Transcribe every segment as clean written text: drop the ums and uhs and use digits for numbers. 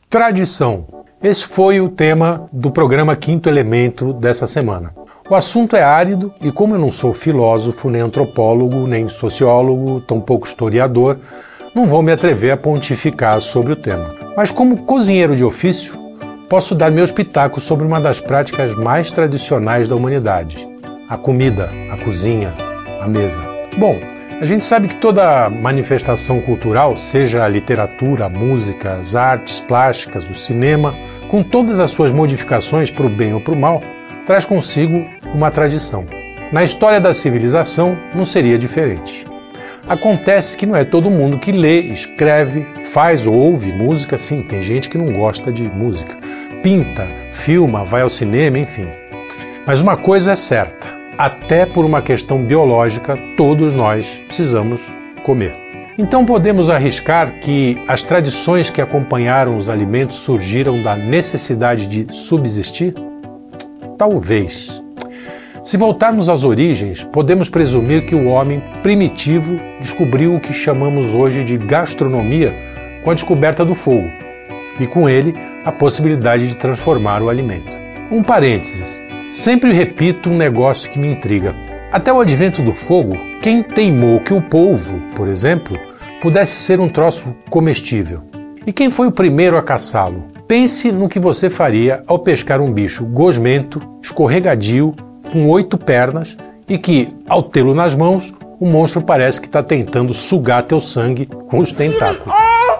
Tradição. Esse foi o tema do programa Quinto Elemento dessa semana. O assunto é árido e como eu não sou filósofo, nem antropólogo, nem sociólogo, tampouco historiador, não vou me atrever a pontificar sobre o tema. Mas como cozinheiro de ofício, posso dar meus pitacos sobre uma das práticas mais tradicionais da humanidade: a comida, a cozinha, a mesa. Bom, a gente sabe que toda manifestação cultural, seja a literatura, a música, as artes plásticas, o cinema, com todas as suas modificações para o bem ou para o mal, traz consigo uma tradição. Na história da civilização não seria diferente. Acontece que não é todo mundo que lê, escreve, faz ou ouve música. Sim, tem gente que não gosta de música. Pinta, filma, vai ao cinema, enfim. Mas uma coisa é certa, até por uma questão biológica, todos nós precisamos comer. Então podemos arriscar que as tradições que acompanharam os alimentos surgiram da necessidade de subsistir? Talvez. Se voltarmos às origens, podemos presumir que o homem primitivo descobriu o que chamamos hoje de gastronomia com a descoberta do fogo, e com ele a possibilidade de transformar o alimento. Um parênteses, sempre repito um negócio que me intriga. Até o advento do fogo, quem teimou que o polvo, por exemplo, pudesse ser um troço comestível? E quem foi o primeiro a caçá-lo? Pense no que você faria ao pescar um bicho gosmento, escorregadio, com 8 pernas e que, ao tê-lo nas mãos, o monstro parece que está tentando sugar teu sangue com os tentáculos.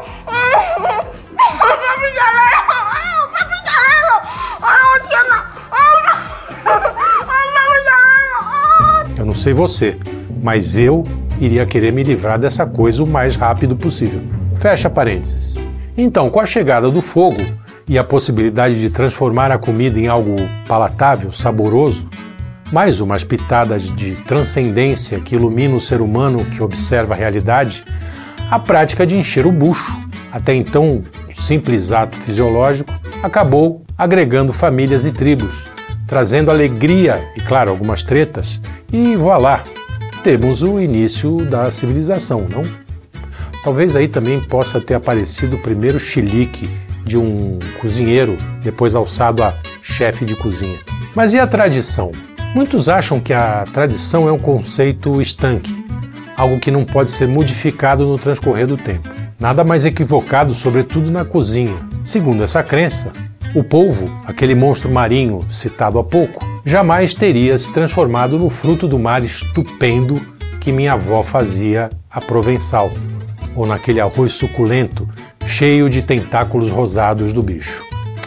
Eu não sei você, mas eu iria querer me livrar dessa coisa o mais rápido possível. Fecha parênteses. Então, com a chegada do fogo e a possibilidade de transformar a comida em algo palatável, saboroso, mais umas pitadas de transcendência que ilumina o ser humano que observa a realidade, a prática de encher o bucho, até então um simples ato fisiológico, acabou agregando famílias e tribos, trazendo alegria e, claro, algumas tretas, e voilá, temos o início da civilização, não? Talvez aí também possa ter aparecido o primeiro chilique de um cozinheiro, depois alçado a chefe de cozinha. Mas e a tradição? Muitos acham que a tradição é um conceito estanque, algo que não pode ser modificado no transcorrer do tempo. Nada mais equivocado, sobretudo na cozinha. Segundo essa crença, o polvo, aquele monstro marinho citado há pouco, jamais teria se transformado no fruto do mar estupendo que minha avó fazia a provençal, ou naquele arroz suculento, cheio de tentáculos rosados do bicho.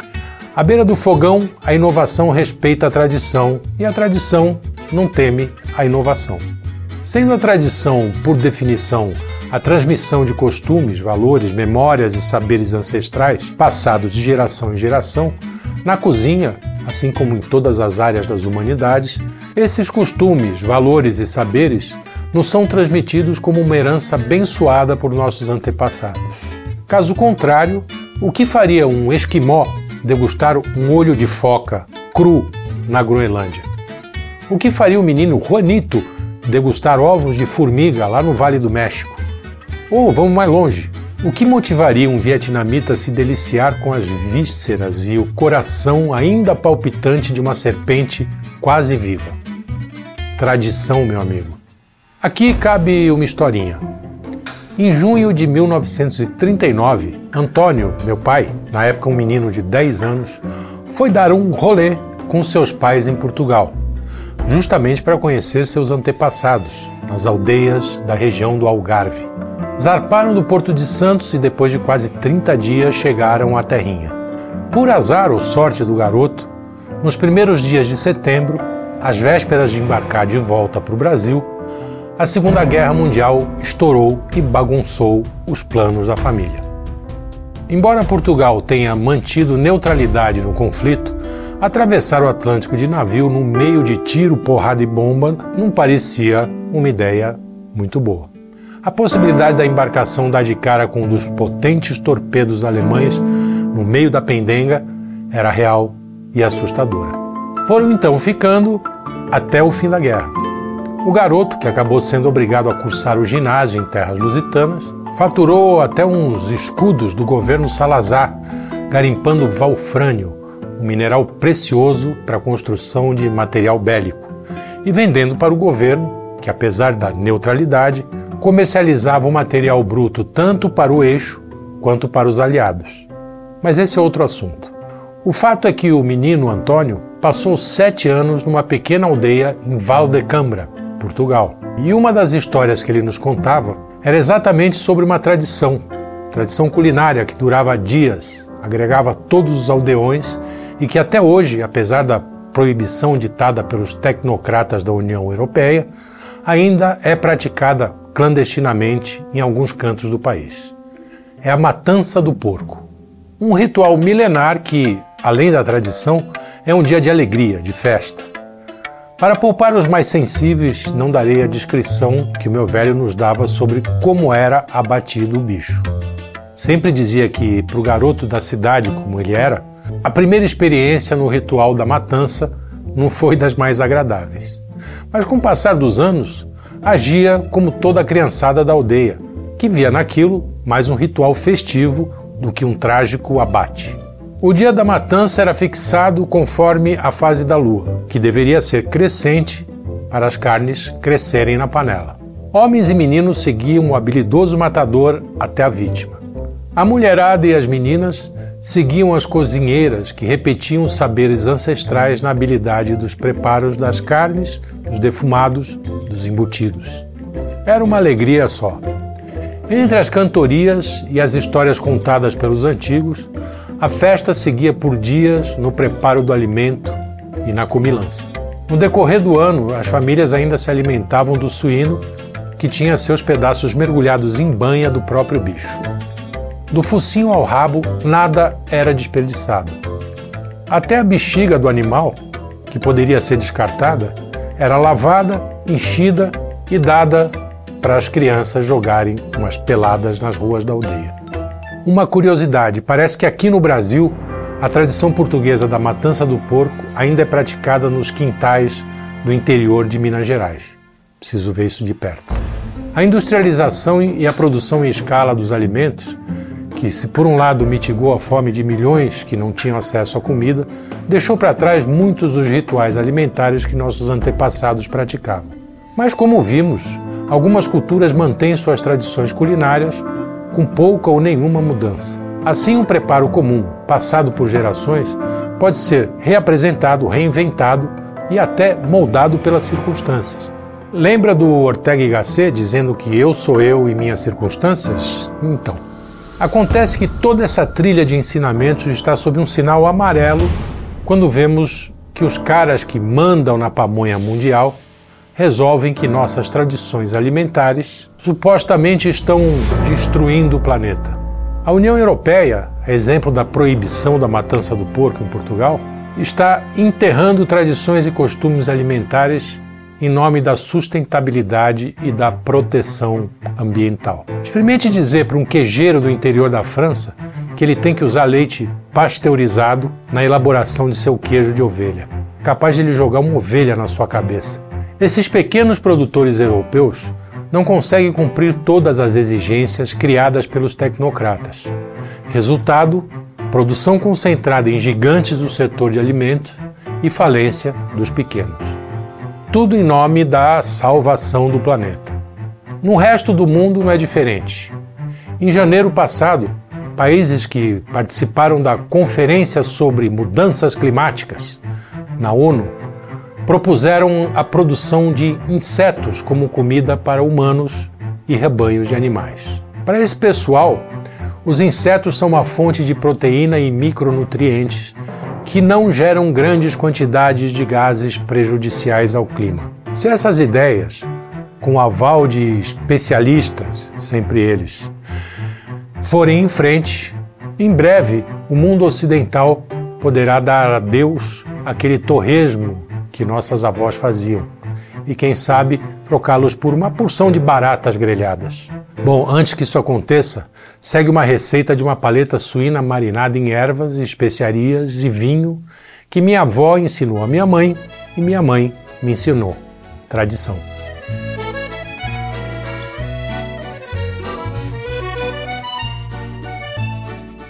À beira do fogão, a inovação respeita a tradição e a tradição não teme a inovação. Sendo a tradição, por definição, a transmissão de costumes, valores, memórias e saberes ancestrais, passados de geração em geração, na cozinha, assim como em todas as áreas das humanidades, esses costumes, valores e saberes nos são transmitidos como uma herança abençoada por nossos antepassados. Caso contrário, o que faria um esquimó degustar um olho de foca cru na Groenlândia? O que faria o menino Juanito degustar ovos de formiga lá no Vale do México? Ou, vamos mais longe, o que motivaria um vietnamita a se deliciar com as vísceras e o coração ainda palpitante de uma serpente quase viva? Tradição, meu amigo. Aqui cabe uma historinha. Em junho de 1939, Antônio, meu pai, na época um menino de 10 anos, foi dar um rolê com seus pais em Portugal, justamente para conhecer seus antepassados, nas aldeias da região do Algarve. Zarparam do Porto de Santos e depois de quase 30 dias chegaram à terrinha. Por azar ou sorte do garoto, nos primeiros dias de setembro, às vésperas de embarcar de volta para o Brasil, a Segunda Guerra Mundial estourou e bagunçou os planos da família. Embora Portugal tenha mantido neutralidade no conflito, atravessar o Atlântico de navio no meio de tiro, porrada e bomba não parecia uma ideia muito boa. A possibilidade da embarcação dar de cara com um dos potentes torpedos alemães no meio da pendenga era real e assustadora. Foram então ficando até o fim da guerra. O garoto, que acabou sendo obrigado a cursar o ginásio em terras lusitanas, faturou até uns escudos do governo Salazar, garimpando wolfrânio, um mineral precioso para a construção de material bélico, e vendendo para o governo, que apesar da neutralidade, comercializava o material bruto tanto para o eixo quanto para os aliados. Mas esse é outro assunto. O fato é que o menino Antônio passou 7 anos numa pequena aldeia em Valdecambra, Portugal. E uma das histórias que ele nos contava era exatamente sobre uma tradição culinária que durava dias, agregava todos os aldeões e que até hoje, apesar da proibição ditada pelos tecnocratas da União Europeia, ainda é praticada clandestinamente em alguns cantos do país. É a matança do porco. Um ritual milenar que, além da tradição, é um dia de alegria, de festa. Para poupar os mais sensíveis, não darei a descrição que o meu velho nos dava sobre como era abatido o bicho. Sempre dizia que, para o garoto da cidade como ele era, a primeira experiência no ritual da matança não foi das mais agradáveis. Mas com o passar dos anos, agia como toda a criançada da aldeia, que via naquilo mais um ritual festivo do que um trágico abate. O dia da matança era fixado conforme a fase da lua, que deveria ser crescente para as carnes crescerem na panela. Homens e meninos seguiam o habilidoso matador até a vítima. A mulherada e as meninas seguiam as cozinheiras que repetiam os saberes ancestrais na habilidade dos preparos das carnes, dos defumados, dos embutidos. Era uma alegria só. Entre as cantorias e as histórias contadas pelos antigos, a festa seguia por dias no preparo do alimento e na comilança. No decorrer do ano, as famílias ainda se alimentavam do suíno, que tinha seus pedaços mergulhados em banha do próprio bicho. Do focinho ao rabo, nada era desperdiçado. Até a bexiga do animal, que poderia ser descartada, era lavada, enchida e dada para as crianças jogarem umas peladas nas ruas da aldeia. Uma curiosidade, parece que aqui no Brasil, a tradição portuguesa da matança do porco ainda é praticada nos quintais do interior de Minas Gerais. Preciso ver isso de perto. A industrialização e a produção em escala dos alimentos, que se por um lado mitigou a fome de milhões que não tinham acesso à comida, deixou para trás muitos dos rituais alimentares que nossos antepassados praticavam. Mas como vimos, algumas culturas mantêm suas tradições culinárias com pouca ou nenhuma mudança. Assim, um preparo comum, passado por gerações, pode ser reapresentado, reinventado e até moldado pelas circunstâncias. Lembra do Ortega y Gasset dizendo que eu sou eu e minhas circunstâncias? Então, acontece que toda essa trilha de ensinamentos está sob um sinal amarelo quando vemos que os caras que mandam na pamonha mundial resolvem que nossas tradições alimentares supostamente estão destruindo o planeta. A União Europeia, exemplo da proibição da matança do porco em Portugal, está enterrando tradições e costumes alimentares em nome da sustentabilidade e da proteção ambiental. Experimente dizer para um queijeiro do interior da França que ele tem que usar leite pasteurizado na elaboração de seu queijo de ovelha. Capaz de ele jogar uma ovelha na sua cabeça. Esses pequenos produtores europeus não conseguem cumprir todas as exigências criadas pelos tecnocratas. Resultado, produção concentrada em gigantes do setor de alimentos e falência dos pequenos. Tudo em nome da salvação do planeta. No resto do mundo não é diferente. Em janeiro passado, países que participaram da Conferência sobre Mudanças Climáticas, na ONU, propuseram a produção de insetos como comida para humanos e rebanhos de animais. Para esse pessoal, os insetos são uma fonte de proteína e micronutrientes que não geram grandes quantidades de gases prejudiciais ao clima. Se essas ideias, com o aval de especialistas, sempre eles, forem em frente, em breve o mundo ocidental poderá dar adeus àquele torresmo que nossas avós faziam e, quem sabe, trocá-los por uma porção de baratas grelhadas. Bom, antes que isso aconteça, segue uma receita de uma paleta suína marinada em ervas, especiarias e vinho que minha avó ensinou a minha mãe e minha mãe me ensinou. Tradição.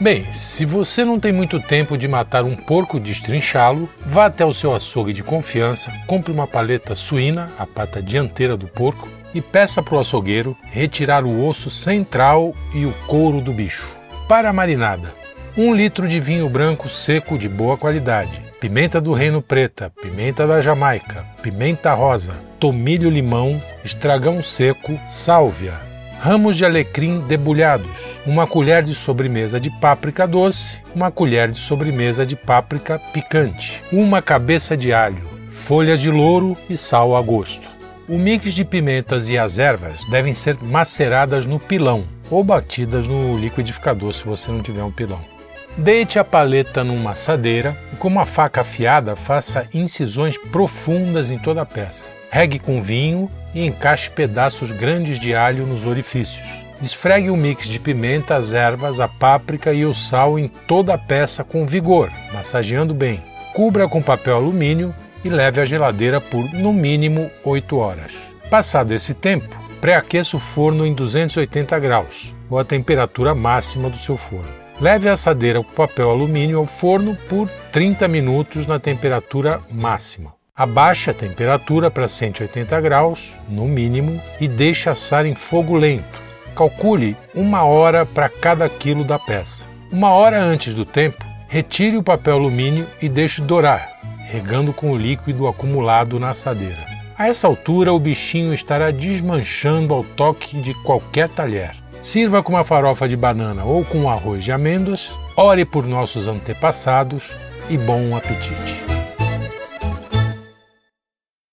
Bem, se você não tem muito tempo de matar um porco e destrinchá-lo, vá até o seu açougue de confiança, compre uma paleta suína, a pata dianteira do porco, e peça para o açougueiro retirar o osso central e o couro do bicho. Para a marinada, 1 litro de vinho branco seco de boa qualidade, pimenta do reino preta, pimenta da Jamaica, pimenta rosa, tomilho-limão, estragão seco, sálvia, ramos de alecrim debulhados, 1 colher de sobremesa de páprica doce, 1 colher de sobremesa de páprica picante, 1 cabeça de alho, folhas de louro e sal a gosto. O mix de pimentas e as ervas devem ser maceradas no pilão ou batidas no liquidificador se você não tiver um pilão. Deite a paleta numa assadeira e com uma faca afiada faça incisões profundas em toda a peça. Regue com vinho e encaixe pedaços grandes de alho nos orifícios. Esfregue o mix de pimenta, as ervas, a páprica e o sal em toda a peça com vigor, massageando bem. Cubra com papel alumínio e leve à geladeira por, no mínimo, 8 horas. Passado esse tempo, pré-aqueça o forno em 280 graus, ou a temperatura máxima do seu forno. Leve a assadeira com papel alumínio ao forno por 30 minutos na temperatura máxima. Abaixe a temperatura para 180 graus, no mínimo, e deixe assar em fogo lento. Calcule 1 hora para cada quilo da peça. 1 hora antes do tempo, retire o papel alumínio e deixe dourar, regando com o líquido acumulado na assadeira. A essa altura, o bichinho estará desmanchando ao toque de qualquer talher. Sirva com uma farofa de banana ou com arroz de amêndoas, ore por nossos antepassados e bom apetite!